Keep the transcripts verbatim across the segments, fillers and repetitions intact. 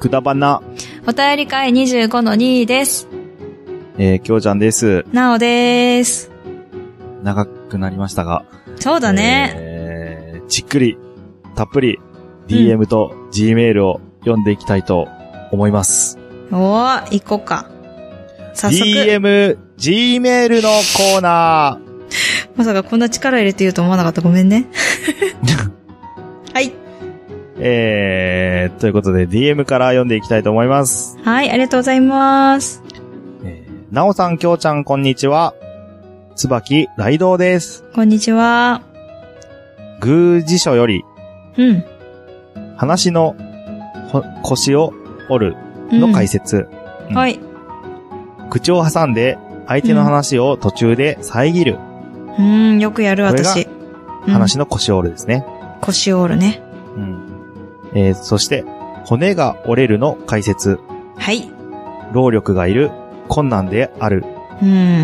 くだばな。 お便り会 にじゅうごのに です。 えー、きょうちゃんです。 なおです。 長くなりましたが。 そうだね。 えー、じっくり、たっぷり、ディーエム と G メールを読んでいきたいと思います。 うん、おー、行こうか。早速。 ディーエム、G メールのコーナー。 まさかこんな力入れて言うと思わなかった。ごめんね。はい。 えー、ということで ディーエム から読んでいきたいと思います。 はい、ありがとうございます。 えー、なおさん、きょうちゃん、こんにちは。つばきらいどうです。 こんにちは。 宮司書より、 うん。 話の腰を折るの解説。 うんうん、はい。 口を挟んで相手の話を途中で遮る。 うん、よくやる私。 話の腰を折るですね。 うん、腰を折るね。 うん。えー、そして、骨が折れるの解説。 はい。 労力がいる、困難である。 うん。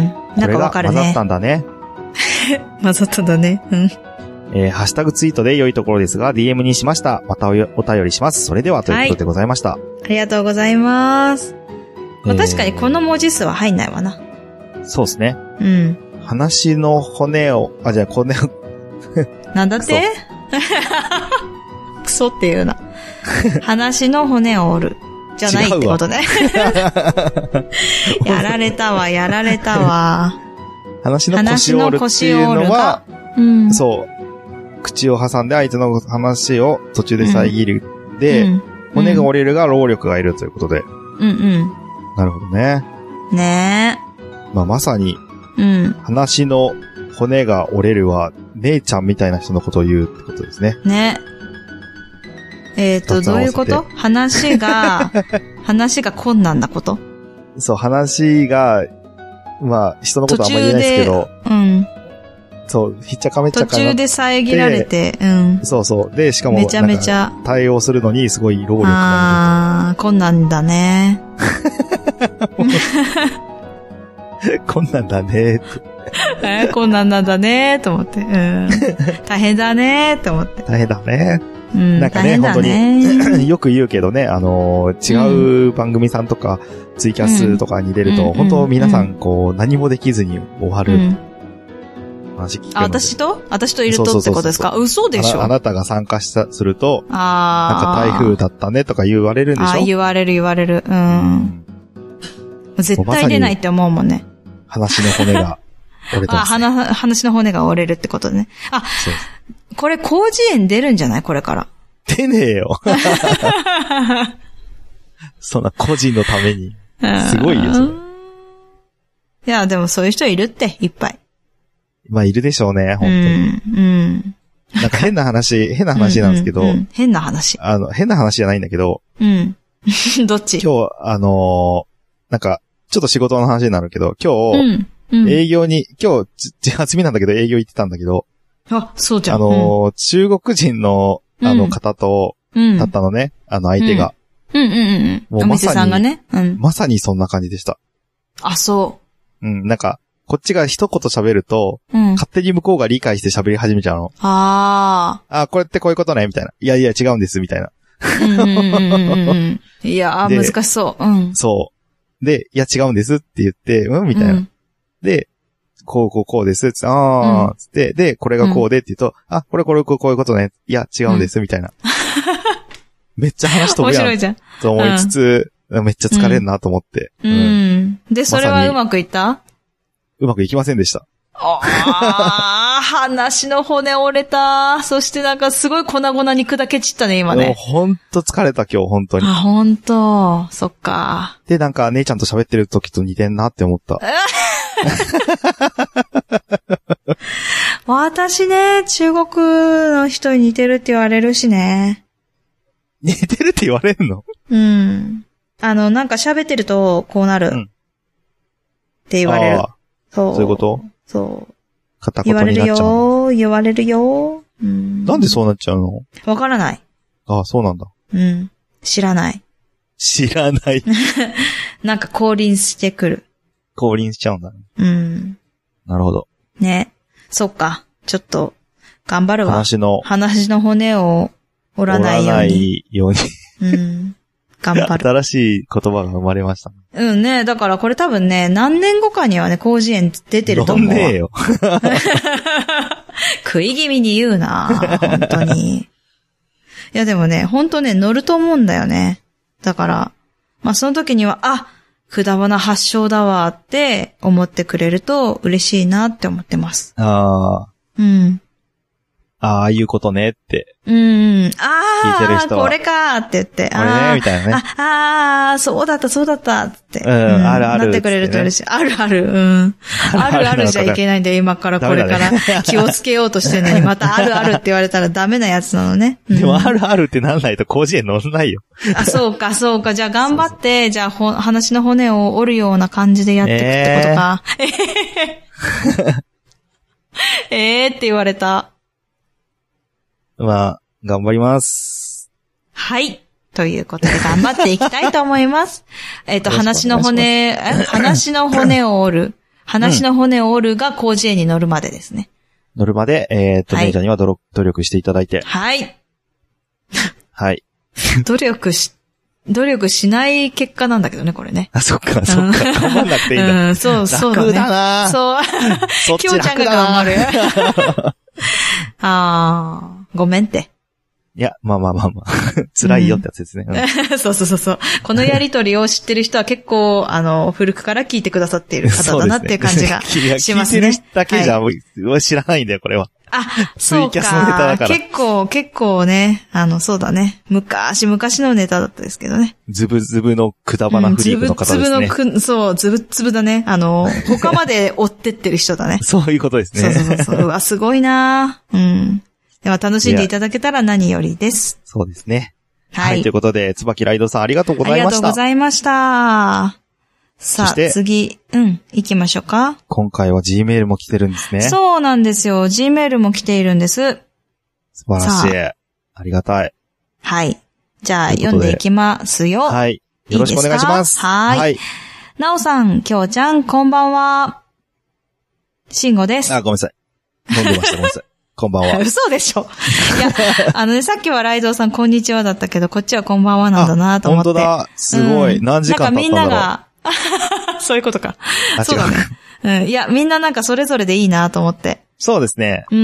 なんかわかるね。 これが混ざったんだね。 混ざったんだね。うん。 えー、ハッシュタグツイートで良いところですが、ディーエム にしました。またお, お便りします。それでは、ということでございました。はい、 ありがとうございます。まあ、確かにこの文字数は入んないわな。 そうですね。 うん。 話の骨を、あ、じゃあ骨を。 なんだってクソっていうな。話の骨を折る。じゃないってことね。やられたわ、やられたわ。 話の腰を折るっていうのは、うん、そう。口を挟んで相手の話を途中で遮る。うん、で、うん、骨が折れるが労力がいるということで。 うんうん。 なるほどね。 ねえ。まあ、まさに、 うん、 話の骨が折れるは、姉ちゃんみたいな人のことを言うってことですね。 ね。えっと、どういうこと？話が、話が困難なこと？ そう、話が、まあ、人のことはあんまり言えないですけど、 うん。 そう、ひっちゃかめっちゃか途中で遮られて、うん。 そうそう。で、しかも、 めちゃめちゃ、 対応するのにすごい労力がいる。 あー、困難だね。 困難だねって。 えー、困難なんだねと思って。うん。大変だねと思って。 大変だね。 うん、 なんかね、本当に、よく言うけどね、あのー、違う番組さんとか、うん、ツイキャスとかに出ると、うん、本当皆さん、こう、何もできずに終わる。うん話聞くので。 あ、私と私といるとってことですか？嘘でしょあ, あなたが参加した、すると、 あなんか台風だったねとか言われるんでしょ？ あ、言われる言われる。うん。うん、絶対出ないって思うもんね。 話の骨が折れてます、ね。 あ、話の骨が折れるってことでね。あ、これ広辞苑出るんじゃないこれから。 出ねえよ。そんな個人のために。すごいよ、それ。いや、でもそういう人いるって、いっぱい。 まあ、いるでしょうね、本当に。 うん。うん。 なんか変な話、変な話なんですけど。うんうんうん、 変な話。 あの、変な話じゃないんだけど。 うん。どっち？ 今日、あのー、なんか、ちょっと仕事の話になるけど、今日、うんうん、営業に、今日、じ、休みなんだけど営業行ってたんだけど。 あ、そうじゃん。 あのー、うん、中国人の、あの方と、うん、だったのね、あの相手が。 うん、うん、うんうん。もうまさに、お店さんがね。うん。 まさにそんな感じでした。 あ、そう。 うん、なんか、こっちが一言喋ると、うん、勝手に向こうが理解して喋り始めちゃうの。 ああ。 あ、これってこういうことねみたいな。いやいや違うんです、みたいな。 うんうんうんうん、いやー、難しそう。うん。 そう。で、いや違うんですって言って、うんみたいな。うん、で、こうこうこうですって、あー、つって、で、これがこうでって言うと、うん、あ、これこれこうこういうことね。いや違うんです、みたいな。めっちゃ話飛ぶやん。面白いじゃん。と思いつつ、うん、めっちゃ疲れるなと思って。 うん。うん、で、それはうまくいった？ うまくいきませんでした。 ああ、話の骨折れた。そしてなんかすごい粉々に砕け散ったね、今ね。 ほんと疲れた今日、本当に。 あ、ほんと。そっか。 で、なんか姉ちゃんと喋ってる時と似てんなって思った。 私ね、中国の人に似てるって言われるしね。 似てるって言われるの？ うん。あの、なんか喋ってるとこうなる。うん、って言われる。そう。 そういうこと？ そう。 片言になっちゃう。 言われるよ、言われるよ。 うん、なんでそうなっちゃうの？ わからない。 ああ、そうなんだ。 うん。知らない。 知らない。 なんか降臨してくる。 降臨しちゃうんだね。 うん。 なるほど。 ね。そっか。ちょっと、頑張るわ。 話の。 話の骨を折らないように。 折らないように。 うん。 頑張る。 新しい言葉が生まれました。 うんね。だからこれ多分ね、何年後かにはね、広辞苑出てると思う。 飲んねえよ。 食い気味に言うな本当に。いやでもね、本当ね、乗ると思うんだよね。だから、まあその時には、あ、くだばな発祥だわって思ってくれると嬉しいなって思ってます。 ああ。 うん。 ああ、ああいうことねって。 うん。ああ、これかーって言って。 これね、みたいなね。 ああ、そうだった、そうだったって。 うん、うん、あるある、 なってくれると嬉しい。あるある、うん。あるあるじゃいけないんだよ、今からこれから気をつけようとしてるのに、またあるあるって言われたらダメなやつなのね。 うん、でも、あるあるってなんないと広辞苑乗んないよ。 あ、そうか、そうか。じゃあ頑張って、そうそうじゃあほ、話の骨を折るような感じでやっていくってことか。えー、えーって言われた。 まあ、頑張ります。 はい。ということで頑張っていきたいと思います。えっと、話の骨、話の骨を折る。話の骨を折るが広辞苑に乗るまでですね。 乗るまで、えっと、姉ちゃんには努力していただいて。 はい。 はい。 努力し、努力しない結果なんだけどね、これね。 あ、そっか、そっか。頑張んなくていいんだ。 うん、そう、そうだね。 楽だなそう。 そっち楽だな。きょうちゃんが頑張る。 あー。ごめんって。 いや、まあまあまあまあ。辛いよってやつですね。 うん、そうそうそうそう。このやりとりを知ってる人は結構、あの、古くから聞いてくださっている方だなっていう感じがしますね。 聞いてるだけじゃ、はい、知らないんだよ、これは。 あ、そうか。ツイキャスのネタだから。結構、結構ね、あの、そうだね。昔、昔のネタだったですけどね。 ズブズブのくだばなフリークの方ですね。ズブズブのく、 そう、ズブズブだね。あの、他まで追ってってる人だね。 そういうことですね。 そうそうそう。うわ、すごいなうん。では楽しんでいただけたら何よりです。 そうですね。 はい。はい、 ということで、椿ライドさんありがとうございました。 ありがとうございました。さあ、次、うん、行きましょうか。 今回は G メールも来てるんですね。 そうなんですよ。G メールも来ているんです。 素晴らしい。ありがたい。 はい。じゃあ、読んでいきますよ。 はい。よろしくお願いします。 はい。はい。なおさん、きょうちゃん、こんばんは。しんごです。 あ、ごめんなさい。飲んでました、ごめんなさい。こんばんは。 嘘でしょ。いや、あのね、さっきはライドウさんこんにちはだったけど、こっちはこんばんはなんだなと思って。 本当だ。すごい。うん、何時間経ったんだろう。 なんかみんなが、そういうことか。 あ、 そうだね。うん。いや、みんななんかそれぞれでいいなと思って。 そうですね。 うん。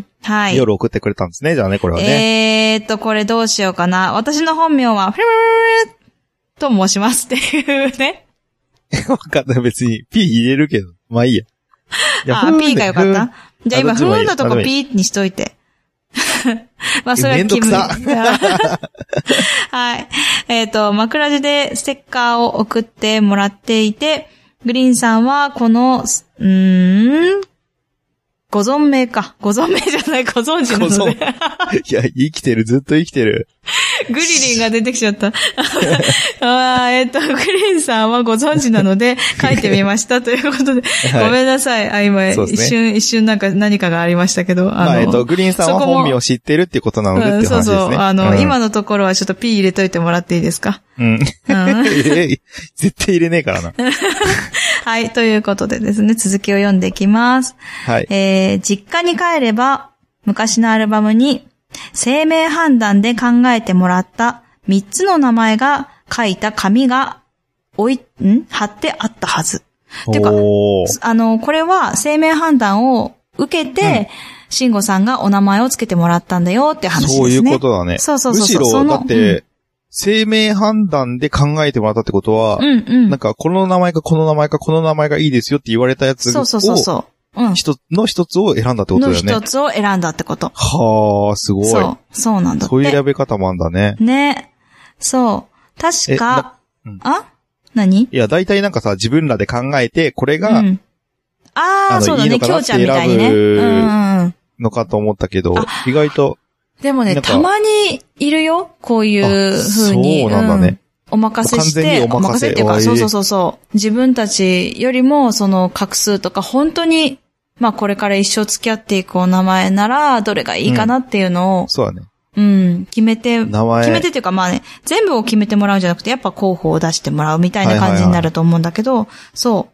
はい。 夜送ってくれたんですね。じゃあね、これはね。 えーっと、これどうしようかな。私の本名は、フィルと申しますっていうね。 わかった。別に P 入れるけど。まあいいや。 あ、P がよかったじゃあ今、ふーんのとこ P にしといて。まあ、それはめんどくさ。 はい。えっと、枕地でステッカーを送ってもらっていて、グリーンさんはこの、うーん、ご存命か。ご存命じゃない、ご存知なので。 いや、生きてる、ずっと生きてる。 グリリンが出てきちゃった。あえっと、グリーンさんはご存知なので書いてみましたということで。はい、ごめんなさい。あ、今、ね、一瞬、一瞬なんか何かがありましたけど。あの、まあ、 えっと、グリーンさんは本名を知ってるっていうことなのでっていう話ですね。うん、そうそう。 あの、うん、今のところはちょっと P 入れといてもらっていいですか？ うん。うん、絶対入れねえからな。 はい。ということでですね、続きを読んでいきます。 はい。 えー、実家に帰れば、昔のアルバムに、姓名判断で考えてもらったみっつの名前が書いた紙が置い、ん貼ってあったはず。てか、あの、これは姓名判断を受けて、慎吾、うん、さんがお名前をつけてもらったんだよって話ですね。そういうことだね。 そうそうそう。 むしろ、だって、うん、姓名判断で考えてもらったってことは、 うんうん、 なんか、この名前かこの名前かこの名前がいいですよって言われたやつを、 そうそうそうそう。うん。 一つの一つを選んだってことだよね。 の一つを選んだってこと。 はあ、すごい。 そう、そうなんだって。 そういう選び方もあんだね。 ね。そう。確か、うん、あ何いや、大体なんかさ、自分らで考えて、これが、うん、 ああ、そうだね、きょうちゃんみたいにね。うんのかと思ったけど、意外と。 でもね、たまにいるよ。こういう風に。 そうなんだね。 うん、お任せして、 完全にお任せっていうか、そうそうそうそう。自分たちよりも、その画数とか、本当に、まあこれから一生付き合っていくお名前なら、どれがいいかなっていうのを、うん、 そうだね。 うん、決めて、 名前決めてっていうかまあね、全部を決めてもらうんじゃなくて、やっぱ候補を出してもらうみたいな感じになると思うんだけど、はいはいはい、そう。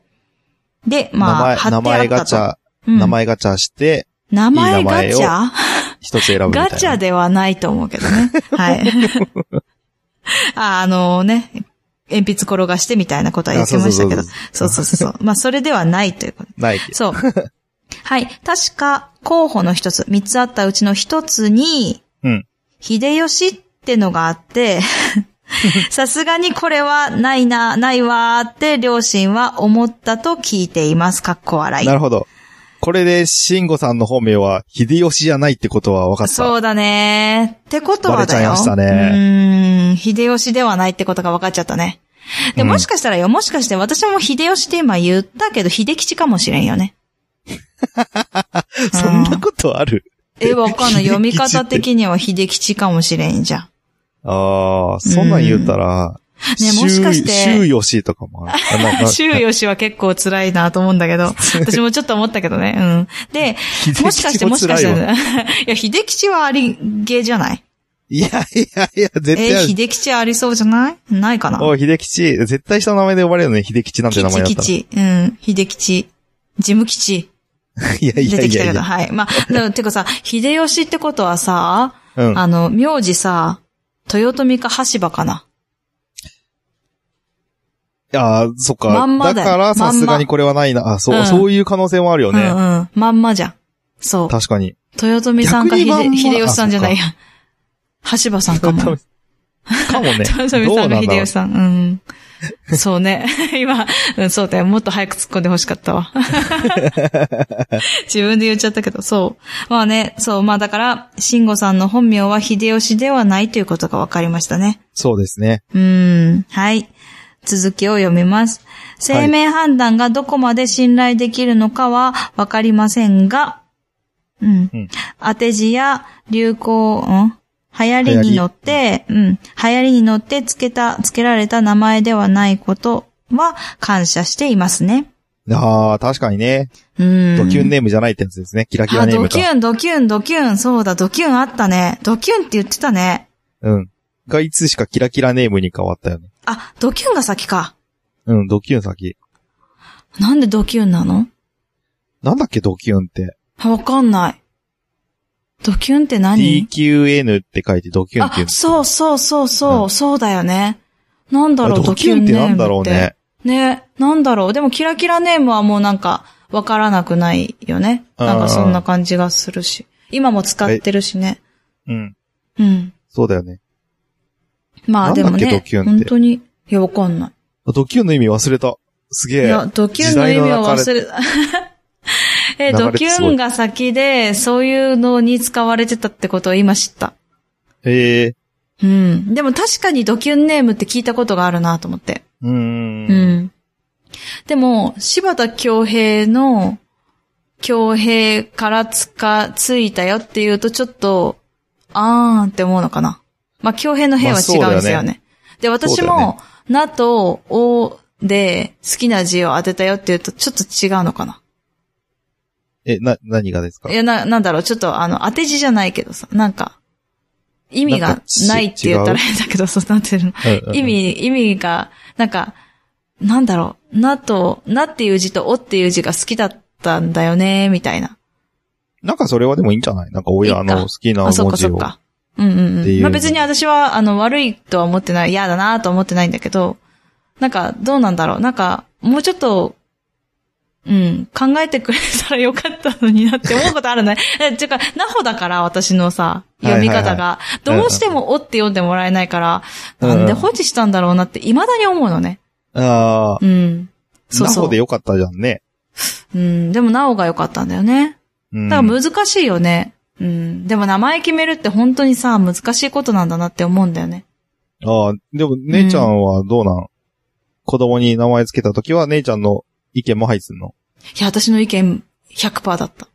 で、まあ、貼ってあったと。 名前ガチャ、うん、名前ガチャして、 名前ガチャ一つ選ぶみたいな。 ガチャではないと思うけどね。はい。 あ、あのね、鉛筆転がしてみたいなことは言ってましたけど。そうそうそうそう。まあ、それではないということ。 ない。 そう。はい。確か、候補の一つ、三つあったうちの一つに、 うん。 秀吉ってのがあって、さすがにこれはないな、ないわーって両親は思ったと聞いています。かっこ笑い。 なるほど。これで、慎吾さんの本名は、秀吉じゃないってことは分かった。 そうだね。ってことはだよ。 バレちゃいましたね。 うーん。秀吉ではないってことが分かっちゃったね。で、 うん、 もしかしたらよ、もしかして私も秀吉って今言ったけど、秀吉かもしれんよね。 そんなことある？ え、わかんない。読み方的には秀吉かもしれんじゃん。 ああ、そんなん言ったら、 ね、もしかして。 周吉とかもある。周吉は結構辛いなと思うんだけど、私もちょっと思ったけどね。うん。で、もしかしてもしかして、いや、秀吉はありげじゃない？ いやいやいや、絶対。 え、秀吉ありそうじゃない？ないかな？ お、秀吉、絶対下の名前で呼ばれるのに秀吉なんて名前だった。 吉吉、うん、秀吉、事務吉。 いやいやいやいや。 出てきたけど、はい。まあ、でも、てかさ、秀吉ってことはさ、 うん、 あの、名字さ、豊臣か羽柴かな。 ああ、そっか。 まんまだよ。 だからさすがにこれはないな。あ、そう、うん、そういう可能性もあるよね。 うんうん。まんまじゃん。そう。 確かに。 豊臣さんか秀吉さんじゃないや。羽柴さんかも。 かもね。 豊臣さんか秀吉さん。うん。そうね。今、うん、そうだよ。もっと早く突っ込んで欲しかったわ。自分で言っちゃったけど、そう。まあね、そう、まあだから、慎吾さんの本名は秀吉ではないということが分かりましたね。 そうですね。 うーん。はい。続きを読みます。生命判断がどこまで信頼できるのかは分かりませんが、うん。うん、当て字や流行、うん流行りに乗って、うん。流行りに乗ってつけた、つけられた名前ではないことは感謝していますね。 ああ、確かにね。 うん。 ドキュンネームじゃないってやつですね。キラキラネームか。 あ、ドキュン、ドキュン、ドキュン。そうだ、ドキュンあったね。ドキュンって言ってたね。 うん。がいつしかキラキラネームに変わったよね。 あ、ドキュンが先か。 うん、ドキュン先。 なんでドキュンなの？ なんだっけ、ドキュンって。 わかんない。ドキュンって何？ ディーキューエヌ って書いてドキュンって言う。 あ、そうそうそうそう、うん、そうだよね。なんだろう、 ドキュンってなんだろうね。 ね、なんだろう。でもキラキラネームはもうなんかわからなくないよね。なんかそんな感じがするし。今も使ってるしね。 うん。 うん。 そうだよね。 まあでもね、ドキュンって本当に、いや、わかんない。 ドキュンの意味忘れた。すげえ。 いや、ドキュンの意味を忘れた。え、ドキュンが先で、そういうのに使われてたってことを今知った。 へえ。 うん。でも確かにドキュンネームって聞いたことがあるなと思って。 うーん。 うん。でも、柴田恭平の、恭平からつか、ついたよっていうとちょっと、あーんって思うのかな。まあ、恭平の平は違うんですよね。まあ、ねで、私も、ね、なとおで好きな字を当てたよっていうとちょっと違うのかな。 え、な、何がですか？ いや、な、なんだろう、ちょっとあの、当て字じゃないけどさ、なんか、意味がないって言ったら変だけど、そうなってるの。うんうん、意味、意味が、なんか、なんだろう、なと、なっていう字とおっていう字が好きだったんだよね、みたいな。 なんかそれはでもいいんじゃない？なんか親の好きな文字を。あ、そっかそっか。 うんうんうん。まあ別に私は、あの、悪いとは思ってない、嫌だなとは思ってないんだけど、なんか、どうなんだろう、なんか、もうちょっと、うん。考えてくれたらよかったのになって思うことあるね。え、てか、ナホだから私のさ、読み方が、はいはいはい、どうしてもおって読んでもらえないから、うん、なんで放置したんだろうなって未だに思うのね。 ああ。 うん。そうそう。 ナホでよかったじゃんね。 うん。でもナオがよかったんだよね。うん。だから難しいよね。うん。でも名前決めるって本当にさ、難しいことなんだなって思うんだよね。 ああ、でも姉ちゃんはどうなん、うん、子供に名前つけたときは姉ちゃんの意見も入ってんの？ いや、私の意見 ひゃくパーセント だった。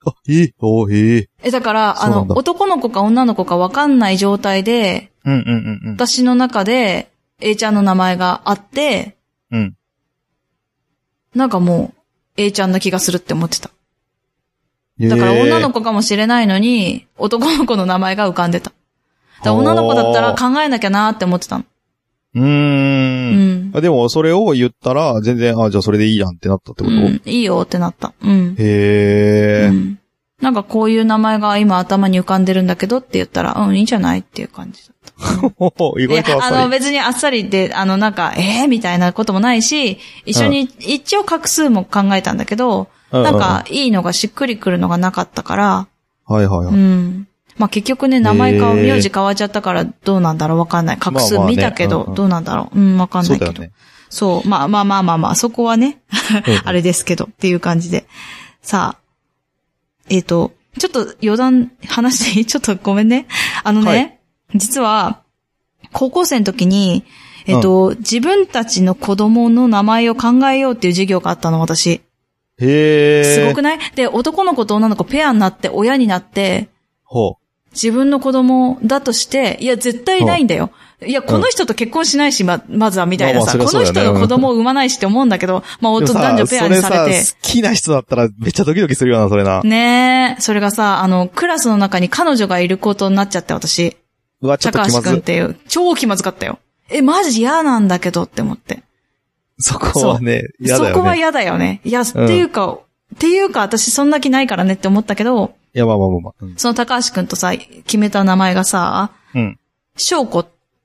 あ、ええ、おへえ。 え、だから、あの、男の子か女の子か分かんない状態で、 うんうんうんうん。 私の中で、A ちゃんの名前があって、 うん。 なんかもう、A ちゃんな気がするって思ってた。だから女の子かもしれないのに、男の子の名前が浮かんでた。だから女の子だったら考えなきゃなーって思ってたの。 うーん。うん。でも、それを言ったら、全然、あ、じゃあそれでいいやんってなったってこと？うん。 いいよってなった。うん。 へー。うん。 なんかこういう名前が今頭に浮かんでるんだけどって言ったら、うん、いいんじゃないっていう感じだった。 ほほ、意外とあっさり。 あの別にあっさりで、あのなんか、えーみたいなこともないし、一緒に、うん、一応画数も考えたんだけど、うん、なんかいいのがしっくりくるのがなかったから、 はいはいはい。 うん。まあ結局ね、名前か名字変わっちゃったからどうなんだろうわかんない。画数見たけど、まあまあねうんうん、どうなんだろう。うん、わかんないけど。そうだよね。そう。まあまあまあまあまあ、そこはね、あれですけどっていう感じで。さあ、えっと、ちょっと余談話していい？ちょっとごめんね。あのね、はい、実は、高校生の時に、えっと、うん、自分たちの子供の名前を考えようっていう授業があったの、私。 へー。 すごくない？で、男の子と女の子ペアになって親になって、 ほう。 自分の子供だとして、いや、絶対ないんだよ。いや、この人と結婚しないし、ま、まずはみたいなさ、まあまあこの人の子供を産まないしって思うんだけど、まあ、男女ペアにされて。 それさ、好きな人だったらめっちゃドキドキするよな、それな。 ねえ、それがさ、あの、クラスの中に彼女がいることになっちゃって、私。 うわ、ちょっと気まずい。 高橋くんっていう。超気まずかったよ。え、マジ嫌なんだけどって思って。 そこはね、嫌だよね。 そこは嫌だよね。いや、っていうか、うん、っていうか、私そんな気ないからねって思ったけど、 いや、まあまあまあまあ。うん、 その高橋くんとさ、決めた名前がさ、 うん。 翔子。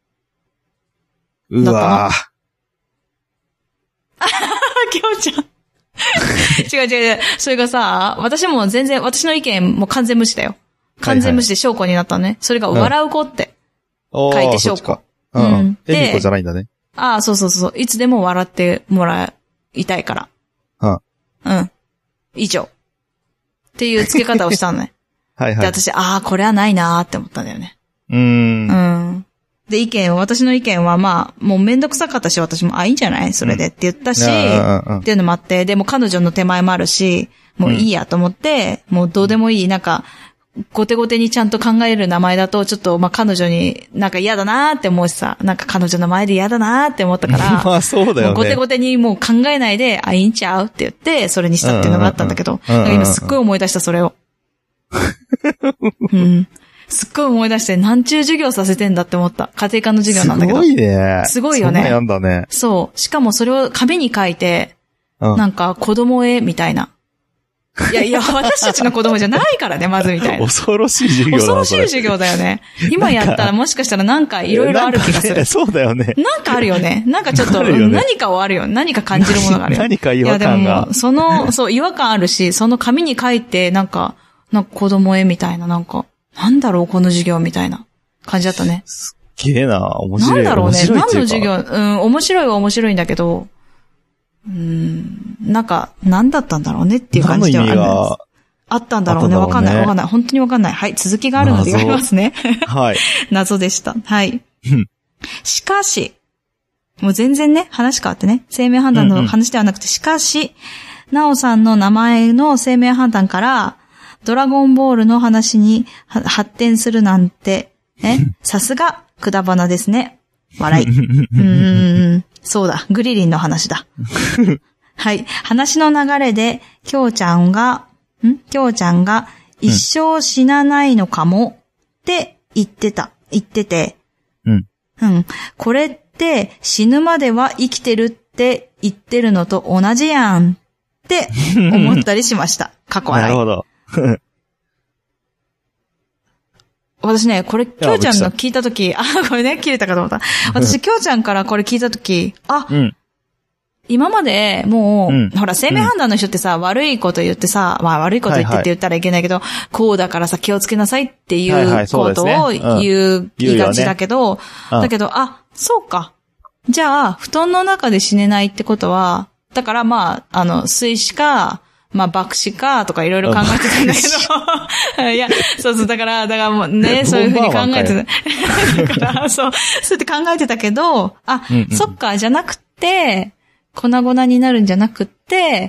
うわぁ。 あはは、きょうちゃん。違う違う違う。それがさ、私も全然、私の意見も完全無視だよ。完全無視で翔子になったのね。それが笑う子って書いて翔子。 うん。うん。えみこじゃないんだね。 ああ、そうそうそう。いつでも笑ってもらいたいから。 うん。 うん。以上。っていう付け方をしたのね。 はいはい。 で、私、ああ、これはないなーって思ったんだよね。 うーん。 うん。で、意見、私の意見はまあ、もうめんどくさかったし、私も、あ、いいんじゃないそれでって言ったし、うん、っていうのもあって、でも彼女の手前もあるし、もういいやと思って、うん、もうどうでもいい、なんか、ごてごてにちゃんと考える名前だと、ちょっと、まあ、彼女になんか嫌だなーって思うしさ、なんか彼女の前で嫌だなーって思ったから、 まあそうだよね。 ごてごてにもう考えないで、あ、いいんちゃうって言って、それにしたっていうのがあったんだけど、うんうんうん、今すっごい思い出した、それを。うん。すっごい思い出して、なんちゅう授業させてんだって思った。家庭科の授業なんだけど。 すごいね。 すごいよね。 そんなやんだね。 そう。しかもそれを紙に書いて、うん、なんか子供へ、みたいな。いやいや、私たちの子供じゃないからね、まずみたいな。 恐ろしい授業だ恐ろしい授業だよね。今やったらもしかしたらなんかいろいろある気がする。 ね、そうだよね。 なんかあるよね。なんかちょっと、ね、何かはあるよ。何か感じるものがあるよ。 何か違和感が。 いやでも、その、そう、違和感あるし、その紙に書いて、なんか、なんか子供へみたいな、なんか、なんだろう、この授業みたいな感じだったね。 すっげえな、面白い。 なんだろうね。 何の授業、うん、面白いは面白いんだけど、うん、なんか、なんだったんだろうねっていう感じではあるんです。あったんだろうね。わかんない。わかんない。本当にわかんない。はい。続きがあるのでやりますね。 はい。 謎でした。はい。しかし、もう全然ね、話変わってね。生命判断の話ではなくて、うんうん、しかし、なおさんの名前の生命判断から、ドラゴンボールの話に発展するなんて、ね。さすが、くだばなですね。笑い。うーん。そうだ。グリリンの話だ。はい。話の流れで、きょうちゃんが、んきょうちゃんが一生死なないのかもって言ってた。言ってて。 うん。 うん。これって死ぬまでは生きてるって言ってるのと同じやんって思ったりしました。過去笑い。 なるほど。 私ね、これ、きょうちゃんの聞いたとき、あ、これね、切れたかと思った。私、きょうちゃんからこれ聞いたとき、あ、うん今まで、もう、うん、ほら、生命判断の人ってさ、うん、悪いこと言ってさ、まあ悪いこと言ってって言ったらいけないけど、はいはい、こうだからさ、気をつけなさいっていうことを言いがちだけど、だけど、あ、そうか。じゃあ、布団の中で死ねないってことは、だからまあ、あの、水死か、まあ、爆死か、とかいろいろ考えてたんだけど、いや、そうそう、だから、だからもうね、そういうふうに考えてた。だから、そう、そうやって考えてたけど、あ、うんうん、そっか、じゃなくて、粉々になるんじゃなくって、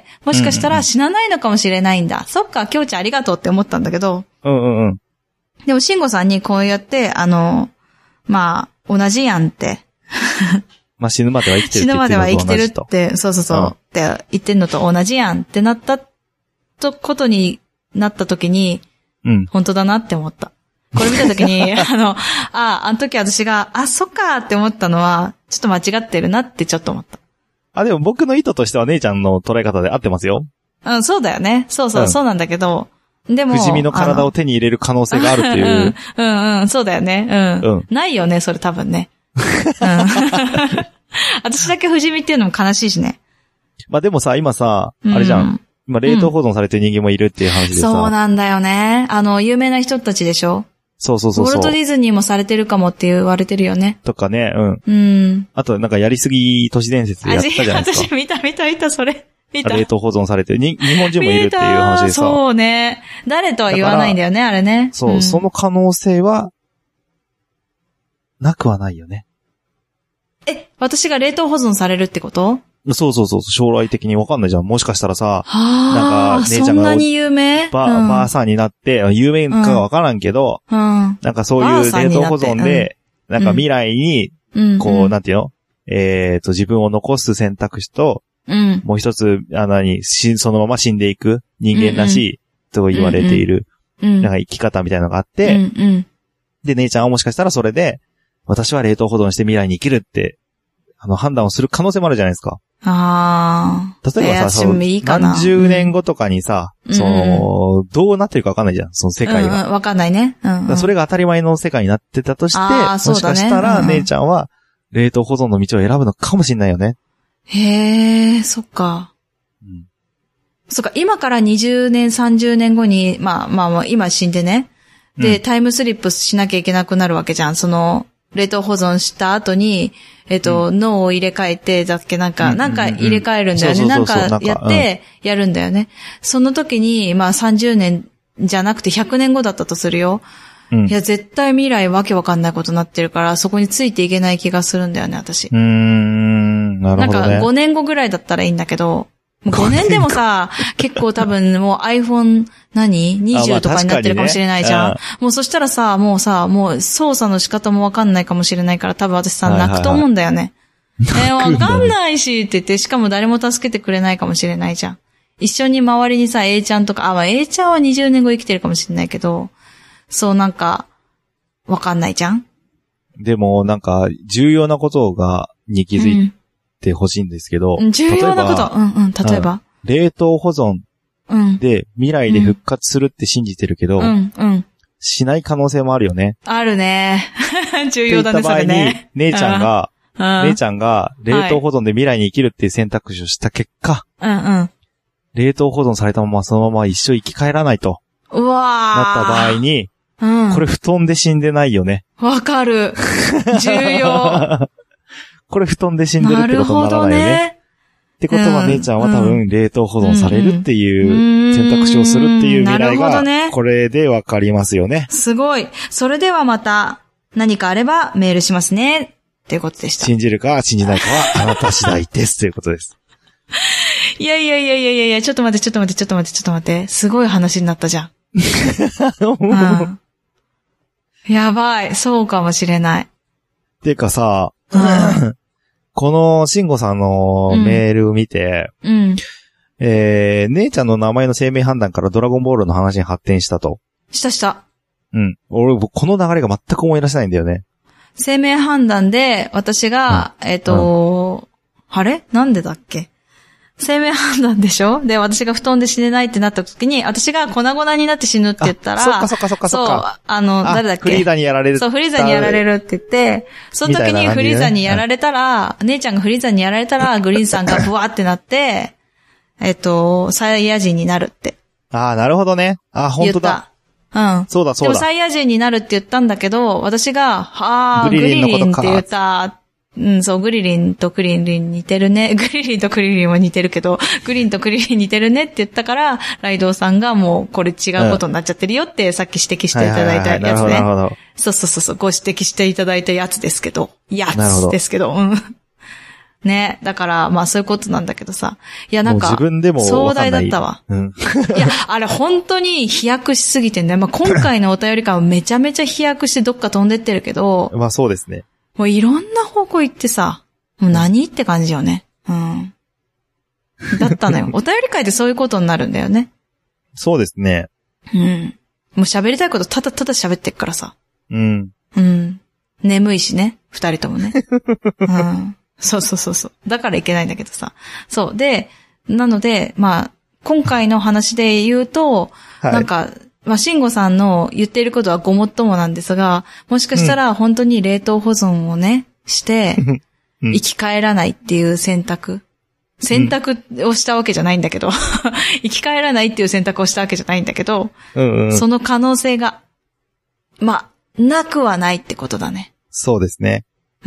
もしかしたら死なないのかもしれないんだ。うんうん、そっか、きょうちゃんありがとうって思ったんだけど。 うんうんうん。 でも、慎吾さんにこうやって、あの、まあ、同じやんって。 まあ、死ぬまでは生きてるって。 死ぬまでは生きてるって、そうそうそう、うん、って言ってんのと同じやんってなったとことになった時に、うん。本当だなって思った。これ見た時に、あの、あ、あの時私が、あ、そっかって思ったのは、ちょっと間違ってるなってちょっと思った。 あ、でも僕の意図としては姉ちゃんの捉え方で合ってますよ。 うん、そうだよね。そうそう、うん、そうなんだけど、 でも。 不死身の体を手に入れる可能性があるっていう。 うんうん、そうだよね。うん。うん、ないよね、それ多分ね。うん、私だけ不死身っていうのも悲しいしね。 まあでもさ、今さ、あれじゃん。うん、今冷凍保存されてる人間もいるっていう話でさ、 うん。そうなんだよね。あの、有名な人たちでしょ？ そうそうそうそう。 ウォルト・ディズニーもされてるかもって言われてるよね。 とかね、うん。 うん。 あとなんかやりすぎ都市伝説でやったじゃないですか。 私見た見た見た、それ。見た。 冷凍保存されてる。に、日本人もいるっていう話でさ。 そうね。誰とは言わないんだよね、あれね。 そう、うん、その可能性は、なくはないよね。 え、私が冷凍保存されるってこと？ そうそうそう、将来的にわかんないじゃん。もしかしたらさ、 なんか、姉ちゃんがそんなに有名？ ば、うん、ばあさんになって、有名かはわからんけど、うん、なんかそういう冷凍保存で、うん、なんか未来に、うん、こう、なんていうの？えっと、自分を残す選択肢と、うん、もう一つ、あの、に、そのまま死んでいく人間らしいと言われている、うんうん、なんか生き方みたいなのがあって、うんうん、で、姉ちゃんはもしかしたらそれで、私は冷凍保存して未来に生きるって、あの、判断をする可能性もあるじゃないですか。 ああ。 例えばさ、その何十年後とかにさ、うん、その、うん、どうなってるかわかんないじゃん、その世界が。 うんうん、わかんないね。うんうん、 それが当たり前の世界になってたとして、もしかしたら姉ちゃんは冷凍保存の道を選ぶのかもしれないよね。 へえ、そっか。うん。そっか、今からにじゅうねん、さんじゅうねんごに、まあまあまあ、今死んでね。で、うん、タイムスリップしなきゃいけなくなるわけじゃん。その、冷凍保存した後に、えっと、うん、脳を入れ替えて、だっけなんか、うんうんうん、なんか入れ替えるんだよね。なんかやって、やるんだよね。うん、その時に、まあさんじゅうねんじゃなくてひゃくねんごだったとするよ。うん、いや、絶対未来わけわかんないことになってるから、そこについていけない気がするんだよね、私。 うーん、なるほど、ね。 なんかごねんごぐらいだったらいいんだけど、ごねんでもさ、結構多分もう iPhone 何 ?にじゅう とかになってるかもしれないじゃん。ね、もうそしたらさ、もうさ、もう操作の仕方もわかんないかもしれないから多分私さ、泣くと思うんだよね。はいはいはい、えー、わかんないしって言って、しかも誰も助けてくれないかもしれないじゃん。一緒に周りにさ、A ちゃんとか、あ、まあ A ちゃんはにじゅうねんご生きてるかもしれないけど、そうなんか、わかんないじゃん。 でもなんか、重要なことが、に気づいて、うんてほしいんですけど。 重要なこと。うんうん。例えば、 うん、冷凍保存で未来で復活するって信じてるけど、 うんうん、 しない可能性もあるよね。 あるね。重要だね、それね。 姉ちゃんが、姉ちゃんが冷凍保存で未来に生きるっていう選択肢をした結果、 うんうん、 冷凍保存されたままそのまま一生生き返らないと。 うわー。 なった場合に、うん、これ布団で死んでないよね。 わかる。重要。 これ布団で死んでるってことにならないよね。ねってことは、姉ちゃんは多分冷凍保存されるっていう選択肢をするっていう未来が、これでわかりますよね。 すごい。それではまた何かあればメールしますね。っていうことでした。 信じるか信じないかはあなた次第ですということです。 いやいやいやいやいやいや、ちょっと待ってちょっと待ってちょっと待ってちょっと待って。すごい話になったじゃん。うん、やばい。そうかもしれない。 てかさ、うんこの、しんごさんのメールを見て、うん、えー、姉ちゃんの名前の生命判断からドラゴンボールの話に発展したと。 したした。 うん。俺、この流れが全く思い出せないんだよね。 生命判断で、私が、うん、えっ、ー、と、うん、あれなんでだっけ生命判断でしょで、私が布団で死ねないってなった時に、私が粉々になって死ぬって言ったら、 そっかそっかそっかそっか。 そう、あの、誰だっけフリーザにやられる。 そう、フリーザにやられるって言って、その時にフリーザにやられたら、姉ちゃんがフリーザにやられたら、グリーンさんがブワーってなって、えっと、サイヤ人になるって。 ああ、なるほどね。ああ、本当だ。 うん。 そうだそうだ。 でもサイヤ人になるって言ったんだけど、私が、はあ、グリリンって言った。うん、そう、グリリンとクリリン似てるね。グリリンとクリリンは似てるけど、グリンとクリリン似てるねって言ったから、ライドウさんがもうこれ違うことになっちゃってるよってさっき指摘していただいたやつね。 なるほど、なるほど。 そうそうそう、ご指摘していただいたやつですけど。やつですけど。うん。ね。だから、まあそういうことなんだけどさ。いや、なんか、 自分でも壮大だったわ。 うん。 いや、あれ本当に飛躍しすぎてんだよ。まあ今回のお便り会はめちゃめちゃ飛躍してどっか飛んでってるけど。 まあそうですね。 もういろんな方向行ってさ。もう何って感じよね。うん。だったのよ。お便り会でそういうことになるんだよね。 そうですね。 うん。もう喋りたいことただただ喋ってっからさ。 うん。 うん。眠いしね。二人ともね。うん。そうそうそうそう。だからいけないんだけどさ。そう。で、なので、まあ、 今回の話で言うと、はい、なんか、まあ、慎吾さんの言っていることはごもっともなんですが、もしかしたら本当に冷凍保存をね、して、生き返らないっていう選択。選択をしたわけじゃないんだけど、生き返らないっていう選択をしたわけじゃないんだけど、うんうん、その可能性が、まあ、なくはないってことだね。 そうですね。 うん。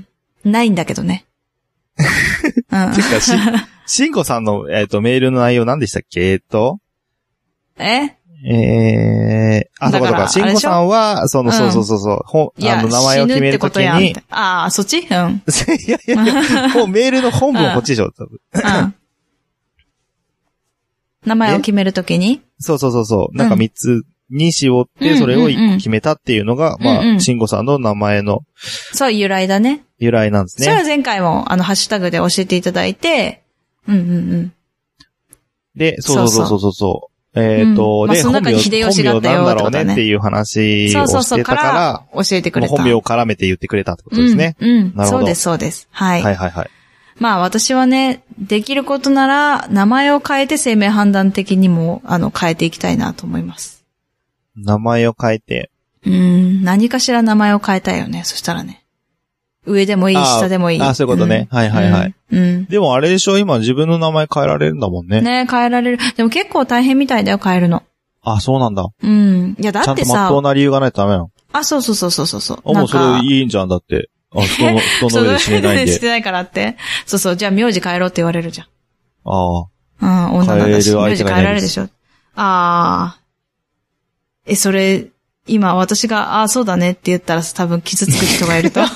ないんだけどね。 うん、てか、し、しんこさんの、えっと、メールの内容何でしたっけえっと。 ええー、あ、そうかそうか。しんこさんは、その、そうそうそうそう、ほ、うん、あの、名前を決めるときに。 ああ、そっちうん。いやいやいや、もうメールの本文こっちでしょ、多分。うん。 名前を決めるときにそうそうそうそう。なんか三つに絞って、それを決めたっていうのが、うんうんうん、まあ、しんこさんの名前の。 そう、由来だね。 由来なんですね。 それは前回も、あの、ハッシュタグで教えていただいて、うんうんうん。 で、そうそうそうそうそう。えっと、 うん、 で、 まあ、その中に秀吉があったよ本名なんだろうねっていう話をしてたから、 教えてくれた。 本名を絡めて言ってくれたってことですね。 うん、うん。なるほど。そうです、そうです。はい。 はいはいはい。 まあ私はね、できることなら、名前を変えて生命判断的にも、あの、変えていきたいなと思います。 名前を変えて。 うん、何かしら名前を変えたいよね、そしたらね。上でもいい、下でもいい。 ああ、そういうことね。うん、はいはいはい。 うん。 でもあれでしょ、今自分の名前変えられるんだもんね。 ね、変えられる。でも結構大変みたいだよ、変えるの。 あ、そうなんだ。 うん。いや、だってさ。ちゃんと真っ当な理由がないとダメなの。 あ、そうそうそうそうそう。 あ、もうそれいいんじゃん、だって。あ、人の、人の上で死ねないんで。 死ねないからって。そうそう、じゃあ名字変えろって言われるじゃん。 ああ。 うん、女なんだし。名字変えられるでしょ。ああ。え、それ、今私が、ああ、そうだねって言ったら多分傷つく人がいると。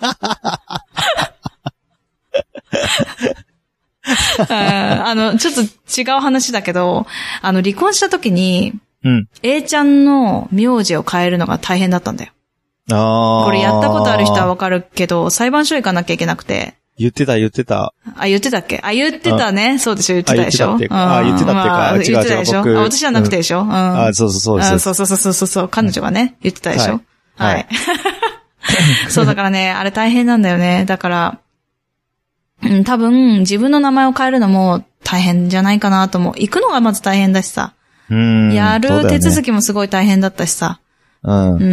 あの、ちょっと違う話だけど、あの、離婚した時に、うん。A ちゃんの名字を変えるのが大変だったんだよ。 ああ。 これやったことある人はわかるけど、裁判所行かなきゃいけなくて。 言ってた、言ってた。 あ、言ってたっけあ、言ってたね。そうでしょ、言ってたでしょ。 あ、言ってたっていうか、言ってたっていうか、違う違う。 言ってたでしょ。あ、私じゃなくてでしょ。うん。 あ、そうそうそうです。 そうそうそうそうそう。彼女がね、言ってたでしょ。はい。そうだからね、あれ大変なんだよね。だから、うん、多分、自分の名前を変えるのも大変じゃないかなと思う。行くのがまず大変だしさ。 うん。 やる手続きもすごい大変だったしさ。 うん。 うん。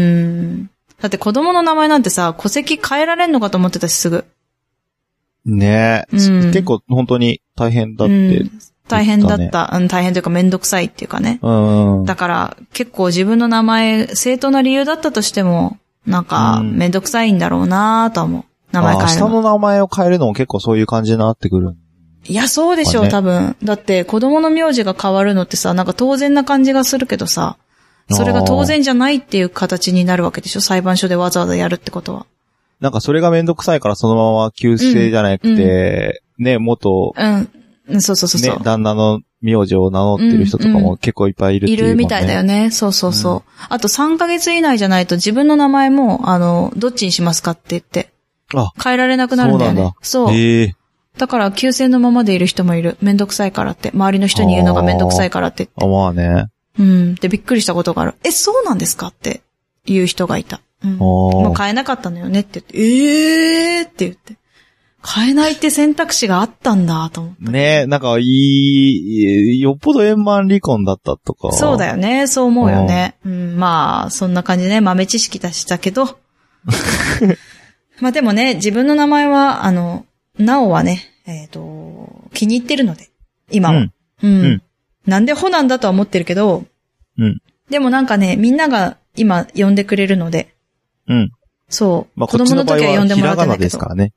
だって子供の名前なんてさ、戸籍変えられんのかと思ってたし、すぐ。 ねえ、うん。結構本当に大変だって、ねうん。 大変だった。うん、大変というかめんどくさいっていうかね。 うん。 だから結構自分の名前、正当な理由だったとしても、なんかめんどくさいんだろうなと思う。名前変えるの。 下の名前を変えるのも結構そういう感じになってくる。 いや、そうでしょう、ね、多分。だって子供の名字が変わるのってさ、なんか当然な感じがするけどさ、それが当然じゃないっていう形になるわけでしょ、裁判所でわざわざやるってことは。 なんかそれがめんどくさいからそのまま旧姓じゃなくて、うん、ね、元、 うん、そうそうそうそう。 ね、旦那の名字を名乗ってる人とかも結構いっぱいいるっていう、ね、 いるみたいだよね。そうそうそう。うん、あとさんかげつ以内じゃないと自分の名前も、あの、どっちにしますかって言って。 あ、 変えられなくなるんだよね。そう。 そう。へえ。 だから、旧姓のままでいる人もいる。めんどくさいからって。周りの人に言うのがめんどくさいからって言って。 あ、まあね。 うん。で、びっくりしたことがある。え、そうなんですかって言う人がいた。うん。もう変えなかったのよねって言って。えーって言って。変えないって選択肢があったんだと思って。 ねえ、なんかいい、よっぽど円満離婚だったとか。 そうだよね。そう思うよね。うん、まあ、そんな感じね。豆知識出したけど。まあでもね、自分の名前は、あの、なおはね、えっと、気に入ってるので、今は。うん。うん。うん、なんでほなんだとは思ってるけど、 うん。 でもなんかね、みんなが今呼んでくれるので、 うん。 そう。 まあ、 子供の時は呼んでもらってないけど。ひらがなですからね。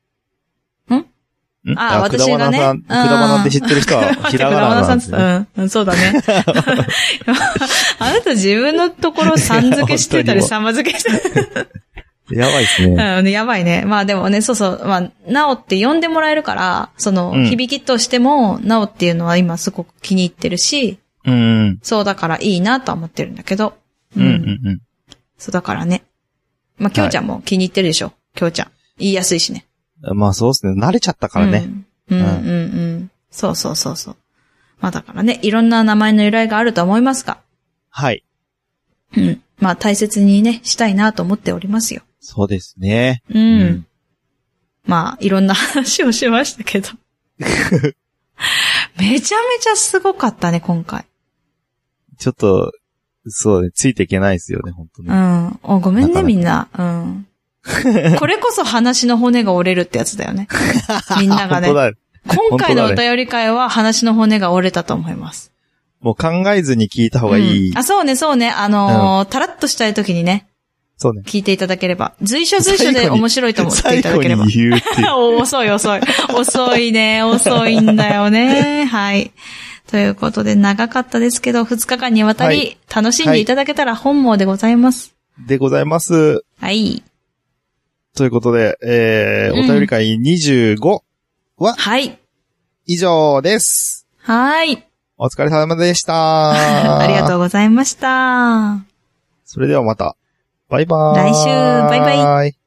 んああ、私がね。 くだばなって知ってる人は、ひらがななんですね。 うん、そうだね。あなた自分のところさん付けしてたりさんま付けしてたやばいですね。 うん、やばいね。まあでもね、そうそう、まあ、なおって呼んでもらえるから、その、うん、響きとしても、なおっていうのは今すごく気に入ってるし、 うん、 そうだからいいなとは思ってるんだけど、 うん、うんうんうん、 そうだからね。まあ、きょうちゃんも気に入ってるでしょ、はい、きょうちゃん。言いやすいしね。 まあそうですね。慣れちゃったからね。 うん、うん、うん、うん。そうそうそうそう。まあだからね、いろんな名前の由来があると思いますが。 はい。 うん。まあ大切にね、したいなと思っておりますよ。 そうですね。 うん。うん、まあ、いろんな話をしましたけど。 めちゃめちゃすごかったね、今回。 ちょっと、そうね、ついていけないですよね、本当に。 うん。お、ごめんね、 なかなかみんな。うん。これこそ話の骨が折れるってやつだよね。みんながね。 本当だ。 今回のお本当だね便り会は話の骨が折れたと思います。 もう考えずに聞いた方がいい。 うん、あ、そうね、そうね。あのー、たらっとしたい時にね。 そうね。 聞いていただければ。随所随所で面白いと思っていただければ。 最後に言うっていう。 遅い遅い。遅いね。遅いんだよね。はい。ということで長かったですけど、ふつかかんにわたり楽しんでいただけたら本望でございます。 はい、でございます。 はい。 ということで、えー、うん、お便り会にじゅうごは、 はい。 以上です。 はい。 お疲れ様でした。 ありがとうございました。 それではまた。バイバーイ。 来週、バイバイ。